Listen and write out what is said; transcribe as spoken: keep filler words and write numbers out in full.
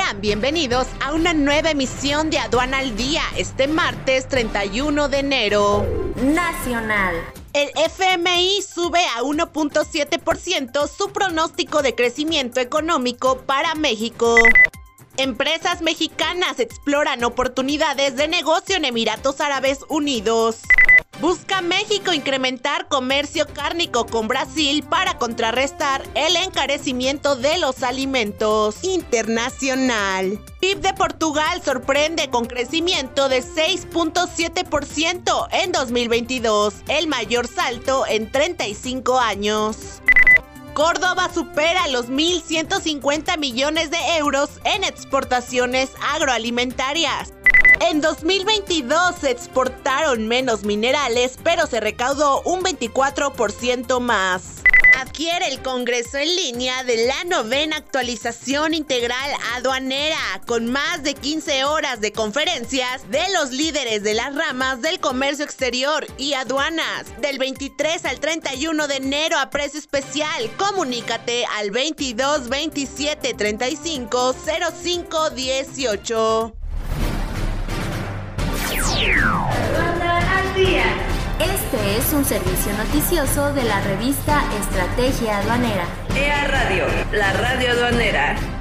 Sean bienvenidos a una nueva emisión de Aduana al Día, este martes treinta y uno de enero. Nacional. El F M I sube a uno punto siete por ciento su pronóstico de crecimiento económico para México. Empresas mexicanas exploran oportunidades de negocio en Emiratos Árabes Unidos. Busca México incrementar comercio cárnico con Brasil para contrarrestar el encarecimiento de los alimentos. Internacional. P I B de Portugal sorprende con crecimiento de seis punto siete por ciento en dos mil veintidós, el mayor salto en treinta y cinco años. Córdoba supera los mil ciento cincuenta millones de euros en exportaciones agroalimentarias. En dos mil veintidós se exportaron menos minerales, pero se recaudó un veinticuatro por ciento más. Adquiere el Congreso en línea de la novena actualización integral aduanera, con más de quince horas de conferencias de los líderes de las ramas del comercio exterior y aduanas. Del veintitrés al treinta y uno de enero a precio especial. Comunícate al veintidós veintisiete treinta y cinco cero cinco dieciocho. Aduana al Día. Este es un servicio noticioso de la revista Estrategia Aduanera. E A Radio, la radio aduanera.